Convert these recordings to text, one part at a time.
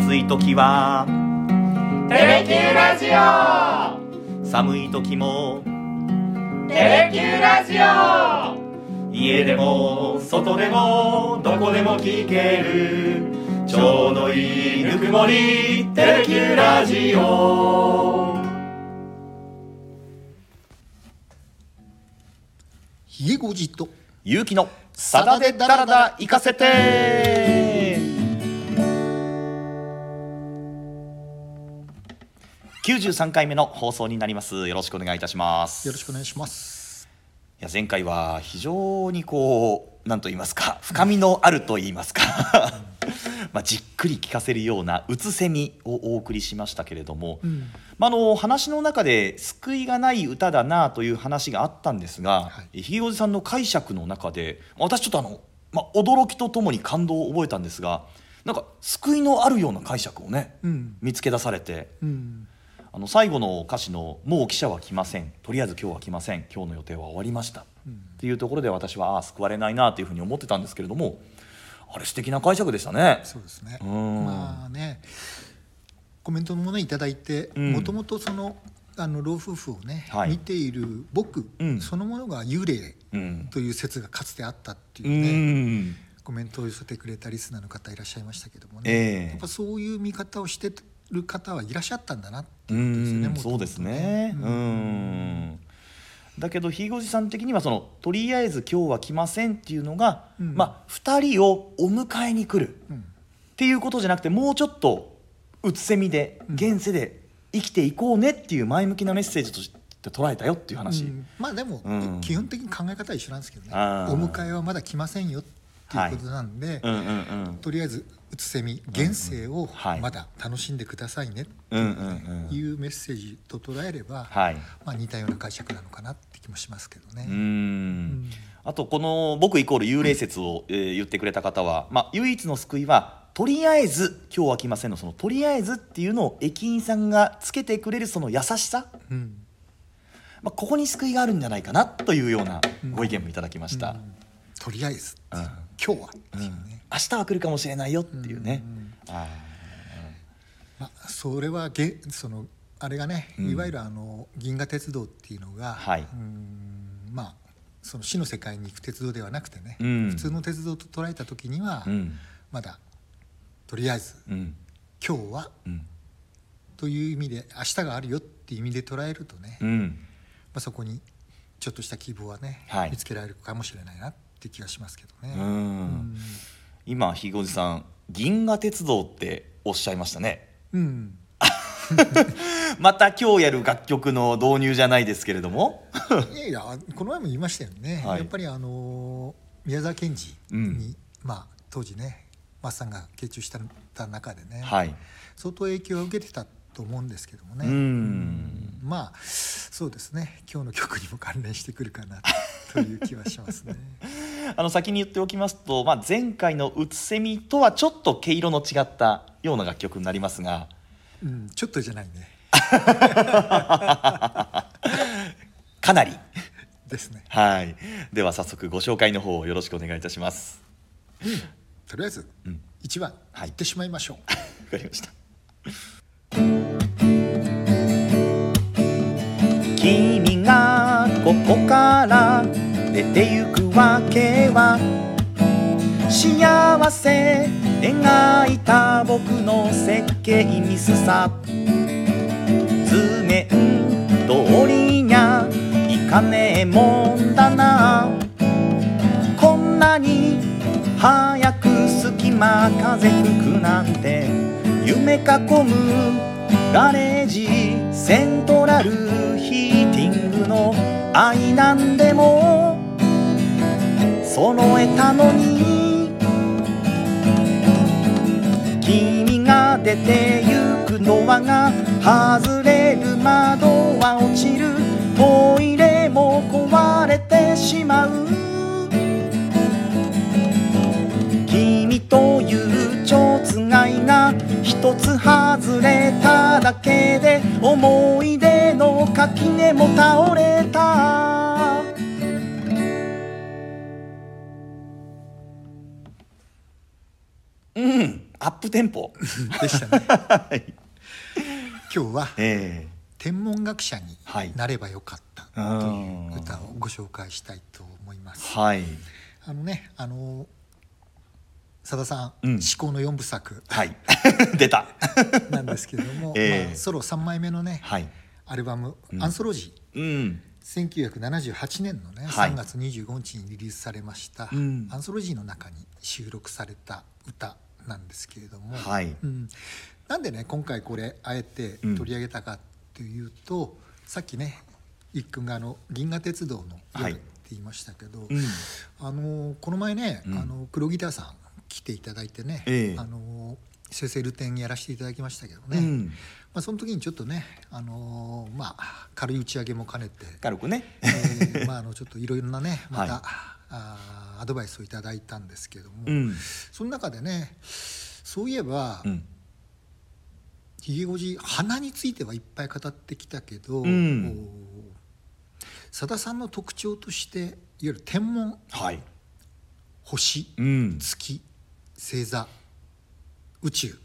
暑い時はテレキューラジオ、 寒い時もテレキューラジオ、 家でも外でもどこでも聞けるちょうどいいぬくもりテレキューラジオ。 ひげごじとゆうきのさだでダラダ行かせて。93回目の放送になります。よろしくお願いいたします。 よろしくお願いします。 いや、前回は非常になんと言いますか、深みのあると言いますかじっくり聞かせるようなうつせみをお送りしましたけれども、話の中で救いがない歌だなという話があったんですが、ひげおじさんの解釈の中で私ちょっと驚きとともに感動を覚えたんですが、なんか救いのあるような解釈をね、見つけ出されて、最後の歌詞のもう記者は来ません、とりあえず今日は来ません、今日の予定は終わりました、っていうところで私は救われないなというふうに思ってたんですけれども、あれ素敵な解釈でしたね。 そうですね。コメントのものいただいて、もともとその老夫婦をね、見ている僕、そのものが幽霊という説がかつてあったっていうね、コメントを寄せてくれたリスナーの方いらっしゃいましたけどもね、やっぱそういう見方をしてる方はいらっしゃったんだなっていうことですよね。 そうですね。だけどひいごじさん的にはとりあえず今日は来ませんっていうのが、2人をお迎えに来る、っていうことじゃなくて、もうちょっとうつせみで現世で生きていこうねっていう前向きなメッセージとして捉えたよっていう話。 でも、基本的に考え方は一緒なんですけどね、お迎えはまだ来ませんよっていうことなんで、とりあえずうつせみ現世をまだ楽しんでくださいねっていうメッセージと捉えれば、似たような解釈なのかなって気もしますけどね。 あとこの僕イコール幽霊説を言ってくれた方は、唯一の救いはとりあえず今日は来ませんの、そのとりあえずっていうのを駅員さんがつけてくれるその優しさ、ここに救いがあるんじゃないかなというようなご意見もいただきました。 とりあえず今日はっていうね、 明日は来るかもしれないよっていうね。 それはあれがね、いわゆる銀河鉄道っていうのが、その死の世界に行く鉄道ではなくてね、普通の鉄道と捉えた時には、まだとりあえず、今日は、という意味で明日があるよっていう意味で捉えるとね、そこにちょっとした希望はね、見つけられるかもしれないなって気がしますけどね。 今ひごじさん銀河鉄道っておっしゃいましたね。また今日やる楽曲の導入じゃないですけれどもいやこの前も言いましたよね、やっぱり宮沢賢治に、当時ねマスさんが傾注した中でね、相当影響を受けてたと思うんですけどもね。そうですね、今日の曲にも関連してくるかなという気はしますね。 先に言っておきますと、前回のうつせみとはちょっと毛色の違ったような楽曲になりますが、 ちょっとじゃないねかなりですね。 では早速ご紹介の方をよろしくお願いいたします。 とりあえず、1番いってしまいましょう。 わかりました。君がここから出てゆくわけは、幸せ描いた僕の設計ミスさ。図面通りにゃいかねえもんだな、こんなに早く隙間風吹くなんて、夢囲むガレージセントラルヒーティングの愛なんでも揃えたのに、君が出てゆくドアが外れる、窓は落ちる、トイレも壊れてしまう、君という蝶つがいが一つ外れただけで、思い出の垣根も倒れた。アッププテンポでしたね。 はい、 今日は、天文学者になればよかったという歌をご紹介したいと思います。 はい、 さださん、至高の4部作、 はい、出たなんですけれども、ソロ3枚目のね、アルバム、アンソロジー、1978年のね、3月25日にリリースされました、アンソロジーの中に収録された歌なんですけれども、なんでね今回これあえて取り上げたかというと、さっきね一君が銀河鉄道の夜って言いましたけど、この前ね、黒ギターさん来ていただいてね、生成ルテンやらせていただきましたけどね、その時にちょっとね、軽い打ち上げも兼ねて軽くねちょっといろいろなねまた、アドバイスをいただいたんですけども、その中でね、そういえば、ひげごじ花についてはいっぱい語ってきたけど、さださんの特徴としていわゆる天文、星、月、星座、宇宙、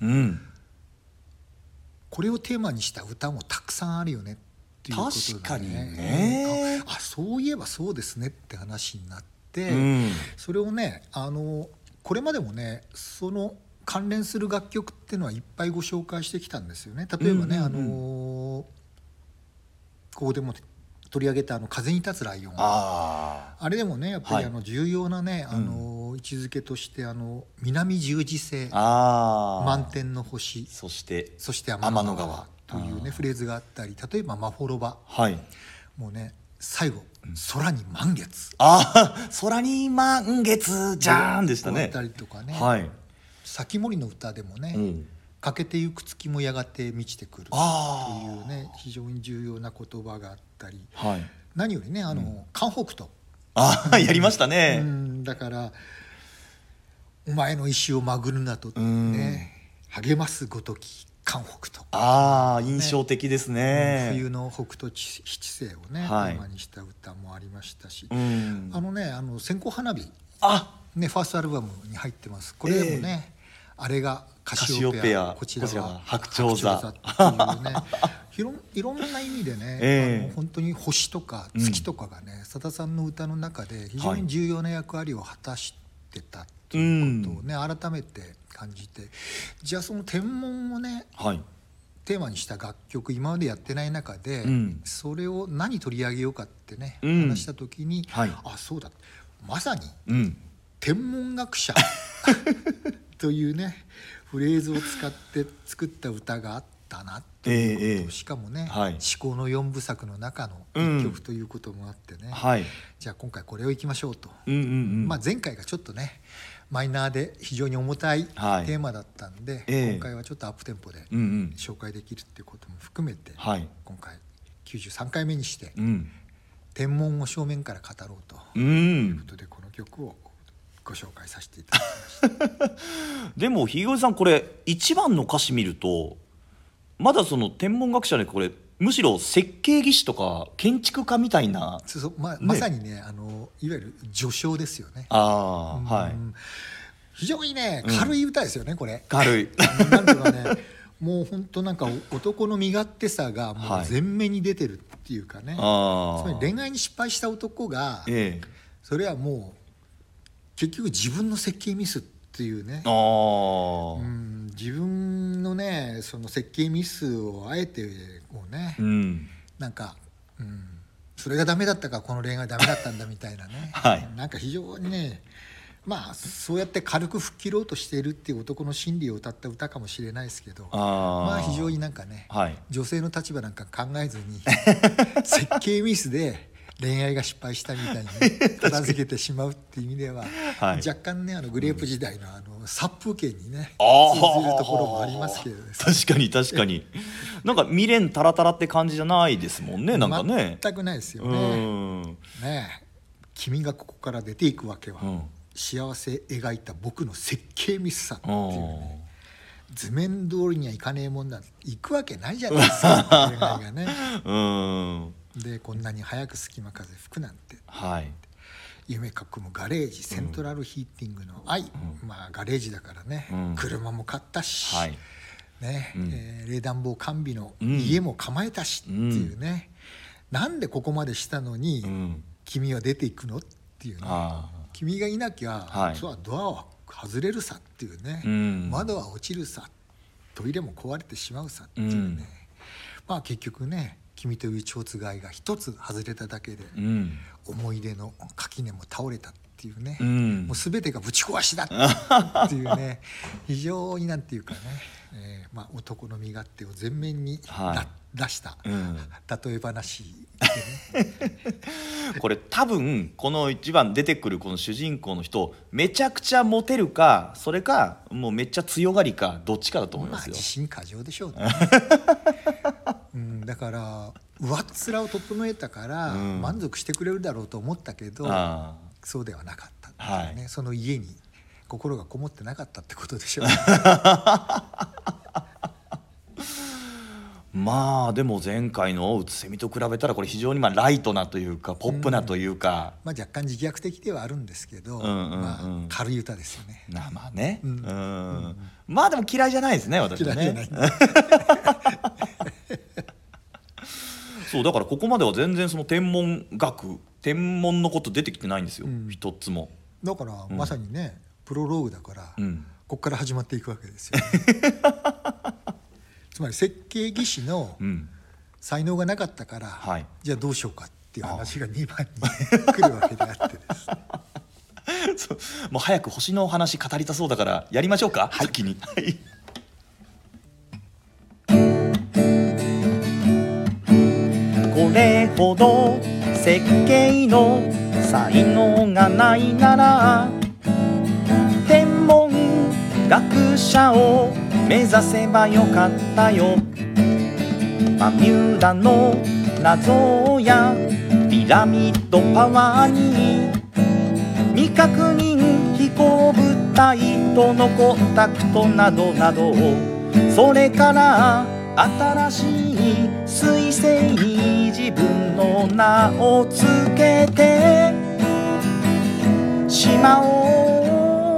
これをテーマにした歌もたくさんあるよねっていうことで、ね、 確かにね、 そういえばそうですねって話になって、それをねこれまでもねその関連する楽曲っていうのはいっぱいご紹介してきたんですよね。例えばね、ここでも取り上げた風に立つライオン、あれでもねやっぱり重要なね、位置づけとして南十字星、満天の星、そして天の川というねフレーズがあったり、例えばマフォロバ、もうね最後、空に満月、 空に満月じゃーんでしたね。 あったりとかね、咲森の歌でもね、欠けてゆく月もやがて満ちてくるというね非常に重要な言葉があったり、何よりね韓北斗、 やりましたね。 だからお前の石をまぐるなとね、励ますごとき韓北斗、 印象的ですね。 冬の北斗七星をねテーマにした歌もありましたし、線香花火ね、ファーストアルバムに入ってます。これでもね、あれがカシオペア、こちらは白鳥座っていうねいろんな意味でね、本当に星とか月とかがね、さださんの歌の中で非常に重要な役割を果たしてたということをね、改めて感じて、じゃあその天文をね、テーマにした楽曲今までやってない中で、それを何取り上げようかってね、話した時に、そうだ、まさに、天文学者というねフレーズを使って作った歌があったなっていうこと、しかもね、至高の4部作の中の1曲ということもあってね、じゃあ今回これをいきましょうと、前回がちょっとねマイナーで非常に重たいテーマだったんで、今回はちょっとアップテンポで紹介できるっていうことも含めて、今回93回目にして、天文を正面から語ろうということで、この曲をご紹介させていただきましたでもひげおじさん、これ1番の歌詞見るとまだその天文学者で、これむしろ設計技師とか建築家みたいな、 まさにねいわゆる序章ですよね。非常にね軽い歌ですよね、これ。 軽いなんていうかねもう本当なんか男の身勝手さがもう前面に出てるっていうかね、つまり恋愛に失敗した男が、それはもう結局自分の設計ミスっていうね、自分のねその設計ミスをあえてこうね、なんか、それがダメだったからこの恋愛ダメだったんだみたいなね、なんか非常にねそうやって軽く吹っ切ろうとしているっていう男の心理を歌った歌かもしれないですけど、非常になんかね、女性の立場なんか考えずに設計ミスで恋愛が失敗したみたいに、片付けてしまうっていう意味では、若干ねグレープ時代の殺風景にね通じるところもありますけどね。 確かになんか未練タラタラって感じじゃないですもんね。なんかね全くないですよね。君がここから出ていくわけは、幸せ描いた僕の設計ミスさっていうね、図面通りにはいかねえもんだ、行くわけないじゃないですか恋愛がね。でこんなに早く隙間風吹くなんて、 夢かくむガレージ、セントラルヒーティングの愛、まあガレージだからね、車も買ったし、ね、冷暖房完備の家も構えたしっていうね、なんでここまでしたのに、君は出ていくのっていうね、君がいなきゃ、そうはドアは外れるさっていうね、窓は落ちるさ、トイレも壊れてしまうさっていうね、まあ結局ね、君という蝶番が一つ外れただけで、思い出の垣根も倒れたっていうね、もう全てがぶち壊しだっていうね非常になんていうかね、まあ、男の身勝手を前面に、出した例え話でねこれ多分この一番出てくるこの主人公の人、めちゃくちゃモテるか、それかもうめっちゃ強がりか、どっちかだと思いますよ。 まあ自信過剰でしょうねだから上っ面を整えたから満足してくれるだろうと思ったけど、そうではなかったっていうね、その家に心がこもってなかったってことでしょうまあでも前回のうつせみと比べたらこれ非常にまあライトなというかポップなというか、 まあ若干自虐的ではあるんですけど、まあ軽い歌ですよね。 まあね、まあでも嫌いじゃないですね、私はね。嫌いじゃないそうだからここまでは全然その天文のこと出てきてないんですよ、一つも。 だからまさにね、プロローグだから、ここから始まっていくわけですよつまり設計技師の才能がなかったから、じゃあどうしようかっていう話が2番に来るわけであってですそう、もう早く星の話語りたそうだからやりましょうか、先に。これほど設計の才能がないなら天文学者を目指せばよかったよ。バミューダの謎やピラミッドパワーに未確認飛行物体とのコンタクトなどなど、それから新しい彗星に自分の名をつけてしまおう。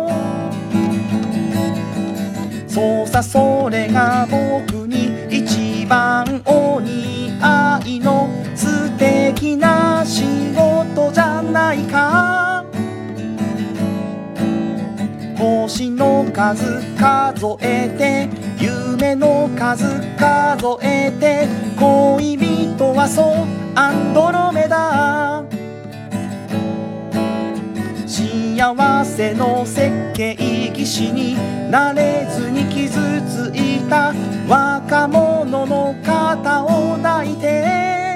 そうさ、それが僕に一番お似合いの素敵な仕事じゃないか。星の数数えて、夢の数数えて、恋人はそうアンドロメダ。幸せの設計技師になれずに傷ついた若者の肩を抱いて、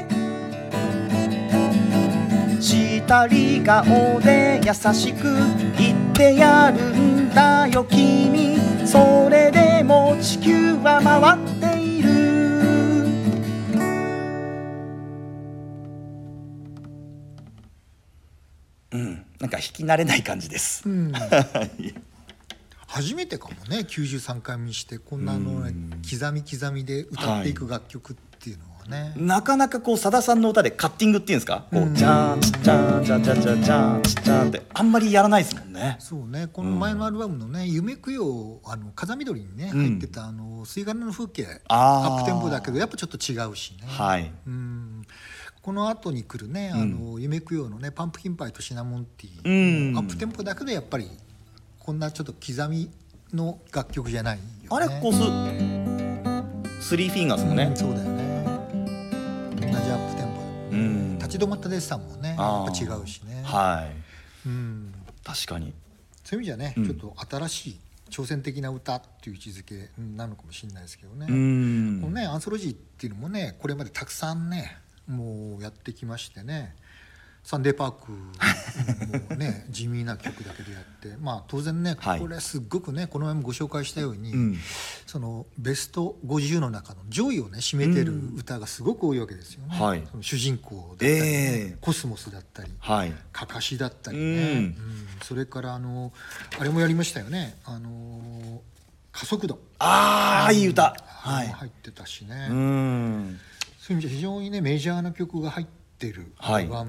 したり顔で優しく言ってやるんだよ君、それでも地球は回っている。なんか弾き慣れない感じです、 初めてかもね、93回目にしてこんな刻み刻みで歌っていく楽曲っていうのはね、 なかなかこうさださんの歌でカッティングっていうんですか、こうジャーンチッチャーンチャチャチャチャーンチッチャーンってあんまりやらないですもんね。 そうね、この前のアルバムのね、夢供養、風見鶏にね入ってた吸い殻の風景、アップテンポだけどやっぱちょっと違うしね、この後に来るね、夢供養のねパンプキンパイとシナモンティー、アップテンポだけどやっぱりこんなちょっと刻みの楽曲じゃないよね。 あれこそスリーフィンガーズもね、 そうだよね、同じアップテンポでも、立ち止まったデッサンもねやっぱ違うしね、確かにそういう意味じゃね、ちょっと新しい挑戦的な歌っていう位置づけなのかもしれないですけどね、このねアンソロジーっていうのもねこれまでたくさんねもうやってきましてね、サンデーパークもね地味な曲だけでやって、まあ当然ねこれすっごくねこの前もご紹介したように、そのベスト50の中の上位をね占めてる歌がすごく多いわけですよね、その主人公だったり、ねコスモスだったり、かかしだったりね、それからあれもやりましたよね、加速度、 いい歌、 入ってたしね、そういう意味じゃ非常にねメジャーな曲が入ってるアルバム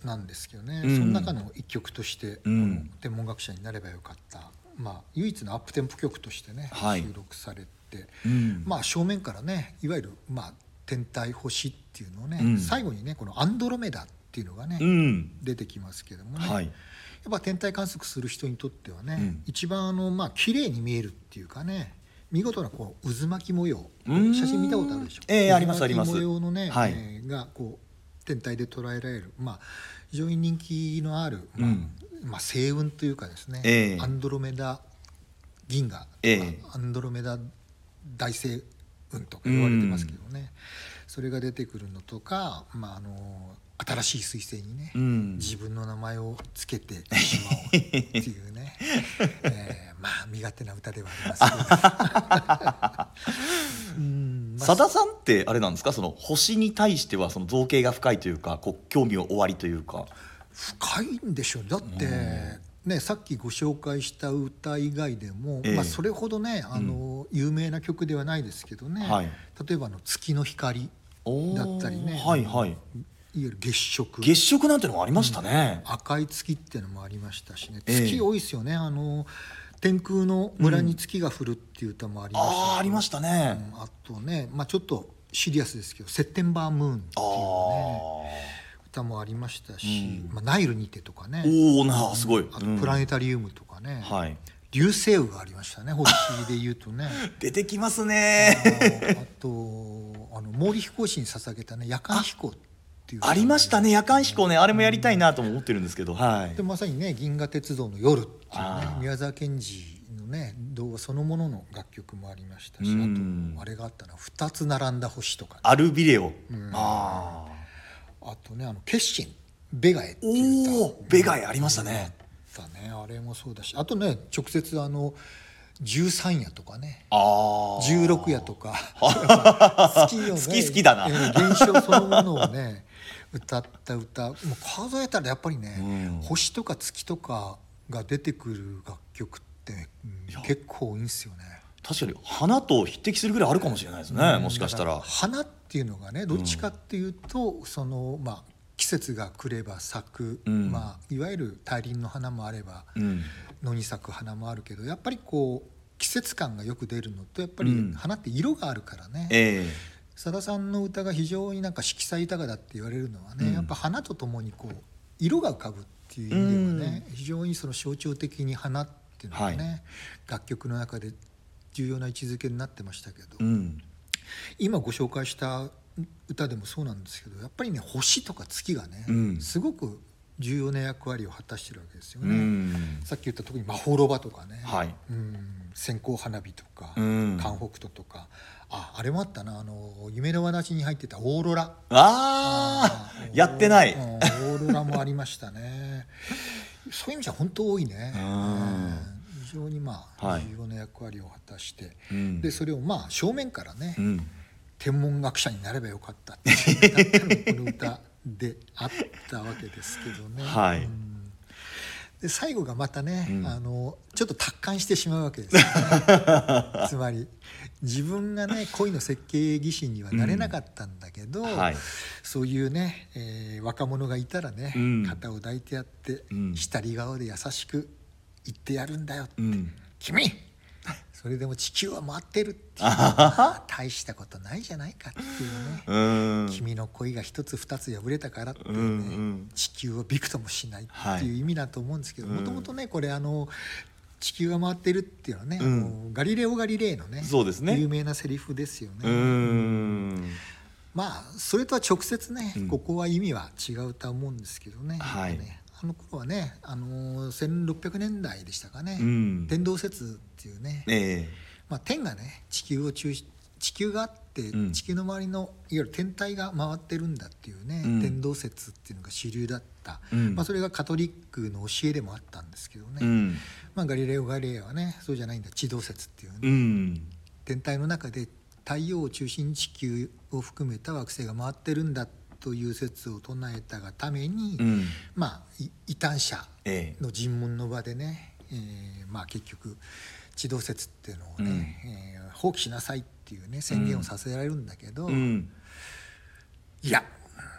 なんですけどね、その中の一曲として、この天文学者になればよかった、唯一のアップテンポ曲としてね、収録されて、正面からね、いわゆる天体星っていうのをね、最後にねこのアンドロメダっていうのがね、出てきますけどもね、やっぱ天体観測する人にとってはね、一番綺麗に見えるっていうかね、見事なこう渦巻き模様、写真見たことあるでしょ。 ありますあります。 渦巻き模様のね、がこう天体で捉えられる、非常に人気のある、星雲というかですね、アンドロメダ銀河、アンドロメダ大星雲とか言われてますけどね、それが出てくるのとか、新しい彗星にね、自分の名前をつけてしまおうっていうね、身勝手な歌ではありますけどさださんってあれなんですか、その星に対してはその造形が深いというか、興味おありというか。 深いんでしょう。だってね、さっきご紹介した歌以外でも、それほどね有名な曲ではないですけどね、例えば月の光だったりね、いわゆる月食なんてのもありましたね、 赤い月っていうのもありましたしね、月多いですよね。天空の村に月が降るっていう歌もありましたし、 ありましたね、 あとね、ちょっとシリアスですけどセッテンバームーンっていうね歌もありましたし、ナイルにてとかね、 すごい、 あとプラネタリウムとかね、流星雨がありましたね、星でいうとね出てきますね。 あと毛利飛行士に捧げたね夜間飛行っていうありましたね、夜間飛行ね、あれもやりたいなと思ってるんですけど、 でまさにね銀河鉄道の夜っていうね、宮沢賢治のね童話そのものの楽曲もありましたし、あとあれがあったな、2つ並んだ星とか、 アルビレオ、 あとね決心ベガエっていう歌、 ベガエありましたね。 あれもそうだし、あとね直接13夜とかね、16夜とか好きよね、 好きだな、 現象そのものをね歌った歌、もう数えたらやっぱりね、星とか月とかが出てくる楽曲って、結構多いんですよね。 確かに花と匹敵するぐらいあるかもしれないですね、もしかしたら。 花っていうのがねどっちかっていうと、季節が来れば咲く、いわゆる大輪の花もあれば、野に咲く花もあるけど、やっぱりこう季節感がよく出るのと、やっぱり花って色があるからね、さださんの歌が非常に色彩豊かだって言われるのはね、やっぱ花とともにこう色が浮かぶっていう意味ではね、非常にその象徴的に花っていうのがね、楽曲の中で重要な位置づけになってましたけど、今ご紹介した歌でもそうなんですけど、やっぱりね星とか月がね、すごく重要な役割を果たしてるわけですよね。さっき言った特にまほろばとかね、線香花火とか、韓北斗とか、あれもあったな、夢の話に入ってたオーロラ、 やってない、 オーロラもありましたね。そういう意味じゃ本当多いね。非常に重要な役割を果たして、でそれを正面からね、天文学者になればよかったってこの歌であったわけですけどね。で最後がまたね、ちょっと達観してしまうわけですよねつまり自分がね恋の設計技師にはなれなかったんだけど、そういうね、若者がいたらね、肩を抱いてやって、下り顔で優しく言ってやるんだよって、君それでも地球は回ってるっていう大したことないじゃないかっていうね、君の恋が一つ二つ破れたからってね、地球をびくともしないっていう意味だと思うんですけど、もともとねこれ地球が回ってるっていうのはね、ガリレオ・ガリレイのね、有名なセリフですよね。それとは直接ね、ここは意味は違うと思うんですけどね。あの頃はね、1600年代でしたかね、天動説っていうね、天がね地球があって、地球の周りのいわゆる天体が回ってるんだっていうね、天動説っていうのが主流だった、それがカトリックの教えでもあったんですけどね、ガリレオ・ガリレイはねそうじゃないんだ、地動説っていうね、天体の中で太陽を中心に地球を含めた惑星が回ってるんだという説を唱えたがために、異端者の尋問の場でね、結局地動説っていうのをね、放棄しなさいっていうね宣言をさせられるんだけど、いや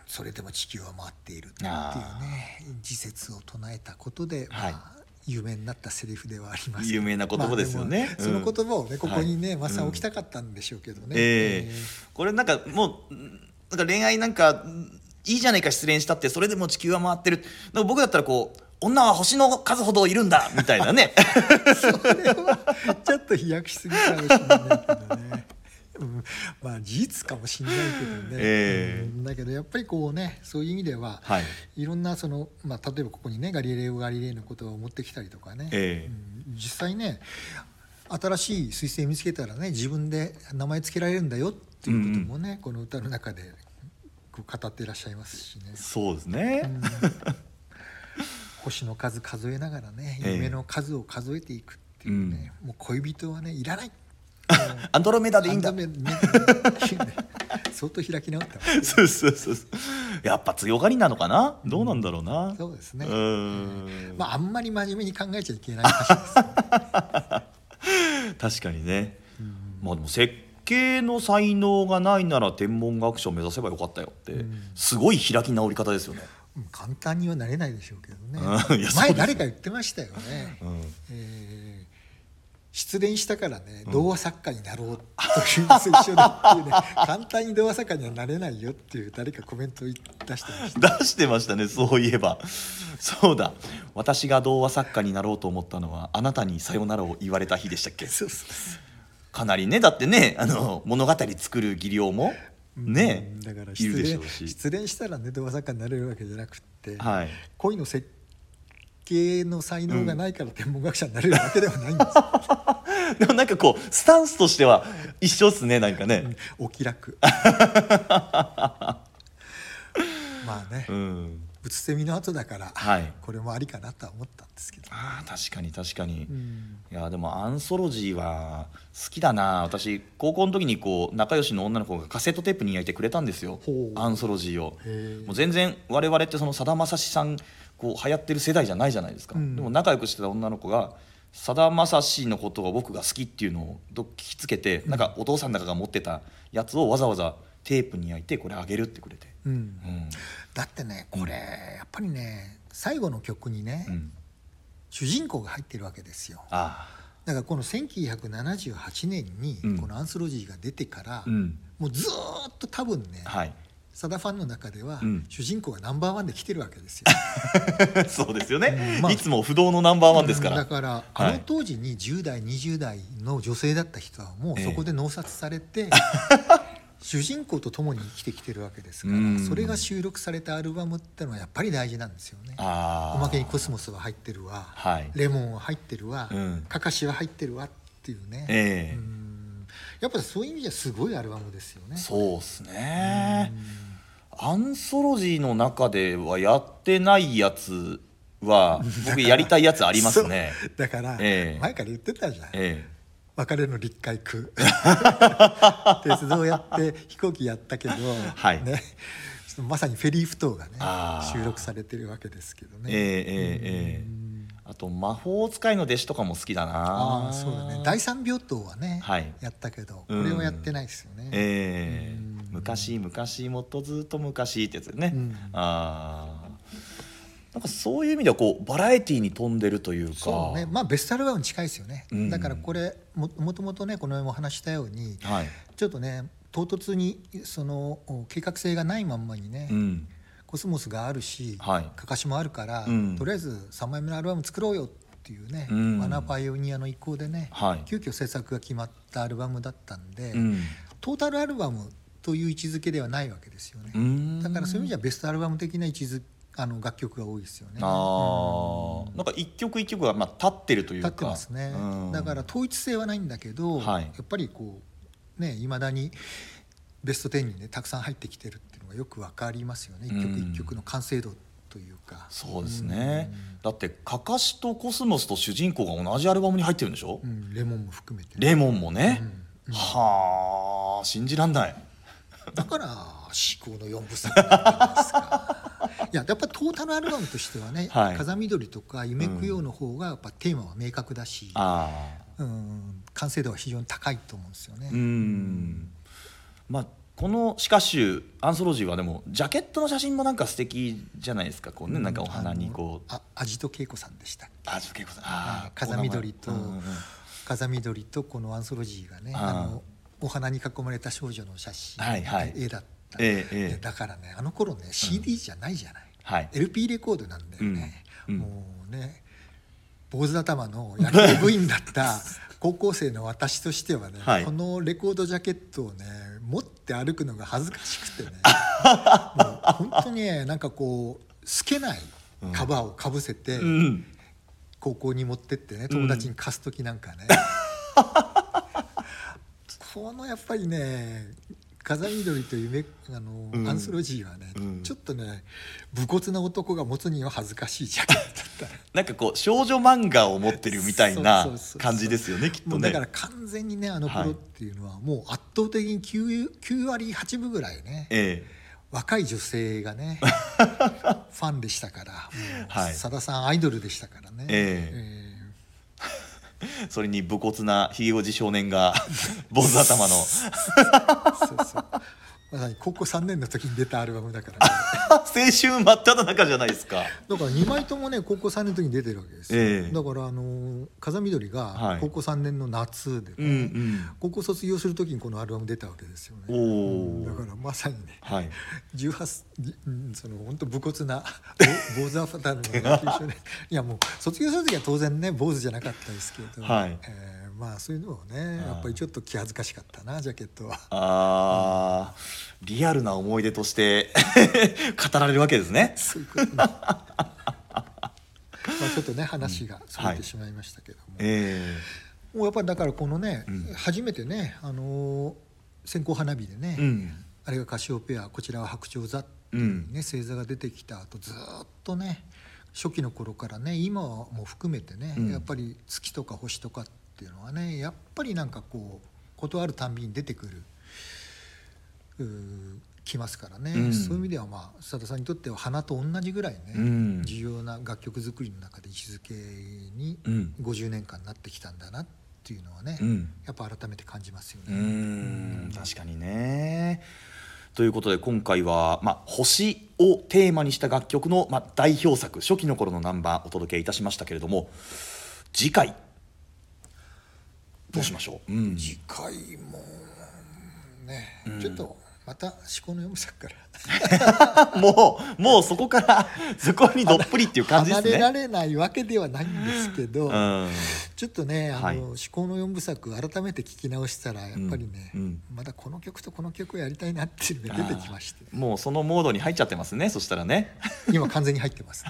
それでも地球は回っているっていうね自説を唱えたことで、有名になったセリフではあります。 有名な言葉ですよね。 その言葉をねここにね、まさに置きたかったんでしょうけどね。 これなんかもうなんか恋愛なんかいいじゃないか失恋したってそれでも地球は回ってる。僕だったらこう女は星の数ほどいるんだみたいなねそれはちょっと飛躍しすぎかもしれないけどねまあ事実かもしれないけどね、だけどやっぱりこうねそういう意味では、いろんなその、例えばここにねガリレオ・ガリレイのことを持ってきたりとかね、実際ね新しい彗星見つけたらね自分で名前つけられるんだよっていうこともね、この歌の中でこう語っていらっしゃいますしね。 そうですね、 星の数数えながらね夢の数を数えていくっていうね、もう恋人はねいらないアンドロメダでいいんだ相当開き直ったそうやっぱ強がりなのかな、どうなんだろうな。 そうですね、あんまり真面目に考えちゃいけない話ですね確かにね、でも設計の才能がないなら天文学者を目指せばよかったよって、すごい開き直り方ですよね。 簡単にはなれないでしょうけどね。前誰か言ってましたよね、失恋したからね童話作家になろうという一緒だっていうね簡単に童話作家にはなれないよっていう誰かコメントを出してました出してましたね。そういえばそうだ、私が童話作家になろうと思ったのはあなたにさよならを言われた日でしたっけ。かなりね、だってね物語作る技量もね、 だからいるでしょうし、 失恋したらね童話作家になれるわけじゃなくって、恋の設計の才能がないから天文学者になれるわけではないんですよ、 でもなんかこうスタンスとしては一緒っすね、なんかね、 お気楽まあね、うつせみの後だから、これもありかなとは思ったんですけど、 確かに確かに、いやでもアンソロジーは好きだな。私高校の時にこう仲良しの女の子がカセットテープに焼いてくれたんですよ、アンソロジーを。もう全然我々ってそのさだまさしさんこう流行ってる世代じゃないじゃないですか、でも仲良くしてた女の子がさだまさしのことが僕が好きっていうのを聞きつけて、なんかお父さんとかが持ってたやつをわざわざテープに焼いてこれあげるってくれて、 だってねこれやっぱりね最後の曲にね、主人公が入ってるわけですよ。だからこの1978年にこのアンソロジーが出てから、もうずっと多分ね、さだファンの中では、主人公がナンバーワンで来てるわけですよそうですよね、いつも不動のナンバーワンですから、 だからあの当時に10代20代の女性だった人はもうそこで脳殺されて、主人公と共に生きてきてるわけですから、それが収録されたアルバムってのはやっぱり大事なんですよね。おまけにコスモスは入ってるわ、レモンは入ってるわ、カカシは入ってるわっていうね、やっぱりそういう意味じゃすごいアルバムですよね。 そうですね、アンソロジーの中ではやってないやつは僕やりたいやつありますねだから、前から言ってたじゃん、別れの立海区鉄道やって飛行機やったけど、ね、まさにフェリー埠頭がね収録されてるわけですけどね。 あと魔法使いの弟子とかも好きだな。 そうだね、第三病棟はね、やったけどこれはやってないですよね。 昔もっとずっと昔ってやつね。なんかそういう意味ではこうバラエティーに富んでるというか、 そうね、ベストアルバムに近いですよね。だからこれもともとねこの辺も話したように、ちょっとね唐突にその計画性がないまんまにね、コスモスがあるし、カカシもあるから、とりあえず3枚目のアルバム作ろうよっていうね、マナーパイオニアの意向でね、急遽制作が決まったアルバムだったんで、トータルアルバムという位置づけではないわけですよね。だからそういう意味じゃベストアルバム的な位置づけ楽曲が多いですよね。 なんか一曲一曲が立ってるというか、 立ってますね。だから統一性はないんだけど、やっぱりこうねいまだにベスト10にねたくさん入ってきてるっていうのがよくわかりますよね。一曲一曲の完成度というか。 そうですね。だってカカシとコスモスと主人公が同じアルバムに入ってるんでしょ。 レモンも含めて。 レモンもね。はあ、信じらんない。 だから至高の4部作なんですか。いややっぱりトータルアルバムとしてはね、風緑とか夢供養の方がやっぱテーマは明確だし、完成度は非常に高いと思うんですよね。 この詩歌集アンソロジーはでもジャケットの写真もなんか素敵じゃないですか。こうね、なんかお花にこう味戸恵子さんでしたっけ。 味戸恵子さん、 風緑と、風緑とこのアンソロジーがね、お花に囲まれた少女の写真、絵だった、だからね、あの頃ね CD じゃないじゃない、LP レコードなんだよね、もうね、坊主頭の野球部員だった高校生の私としてはね、このレコードジャケットをね持って歩くのが恥ずかしくてねもう本当にね、なんかこう透けないカバーをかぶせて、高校に持ってってね、友達に貸す時なんかね、このやっぱりね風緑というアンソロジーはね、ちょっとね武骨な男が持つには恥ずかしいジャケットだったなんかこう少女漫画を持ってるみたいな感じですよね、きっとね。 だから完全にね、あの頃っていうのはもう圧倒的に 9割8分ぐらいね、若い女性がねファンでしたから、さださんアイドルでしたからね、 それに武骨なひげおじ少年が坊主頭のまさに高校3年の時に出たアルバムだから、ね、 青春真っ只中じゃないですか。 だから2枚ともね高校3年の時に出てるわけですよ、だから風緑が高校3年の夏でね、高校卒業する時にこのアルバム出たわけですよね、だからまさにね、その本当武骨な坊主アフターの野球少年いやもう卒業する時は当然ね坊主じゃなかったですけど、まあそういうのをねやっぱりちょっと気恥ずかしかったな、ジャケットは。 リアルな思い出として語られるわけですね。 そういうことねまあちょっとね話がそれてしまいましたけども、もうやっぱりだからこのね、初めてね線香花火でね、あれがカシオペア、こちらは白鳥座っていうね、星座が出てきた後ずっとね初期の頃からね今も含めてね、やっぱり月とか星とかっていうのはねやっぱりなんかこうことあるたんびに出てくるきますからね、そういう意味ではまあ佐田さんにとっては花と同じぐらいね、重要な楽曲作りの中で位置づけに50年間なってきたんだなっていうのはね、やっぱ改めて感じますよね。 確かにね。ということで今回は、星をテーマにした楽曲の、代表作初期の頃のナンバーお届けいたしましたけれども、次回どうしましょう。 次回もね、ちょっとまた思考の読む作からもうそこからそこにどっぷりっていう感じですね。 離れられないわけではないんですけど、ちょっとね思考の4部作改めて聞き直したらやっぱりね、まだこの曲とこの曲をやりたいなっていうのが出てきまして、 もうそのモードに入っちゃってますね。そしたらね今完全に入ってます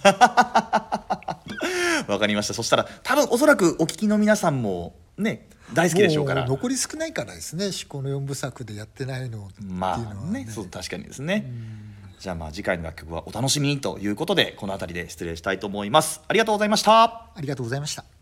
わかりました。そしたら多分おそらくお聞きの皆さんもね大好きでしょうから、 残り少ないからですね、思考の4部作でやってないのっていうのはね、 そう確かにですね。じゃあ次回の楽曲はお楽しみにということでこの辺りで失礼したいと思います。ありがとうございました。 ありがとうございました。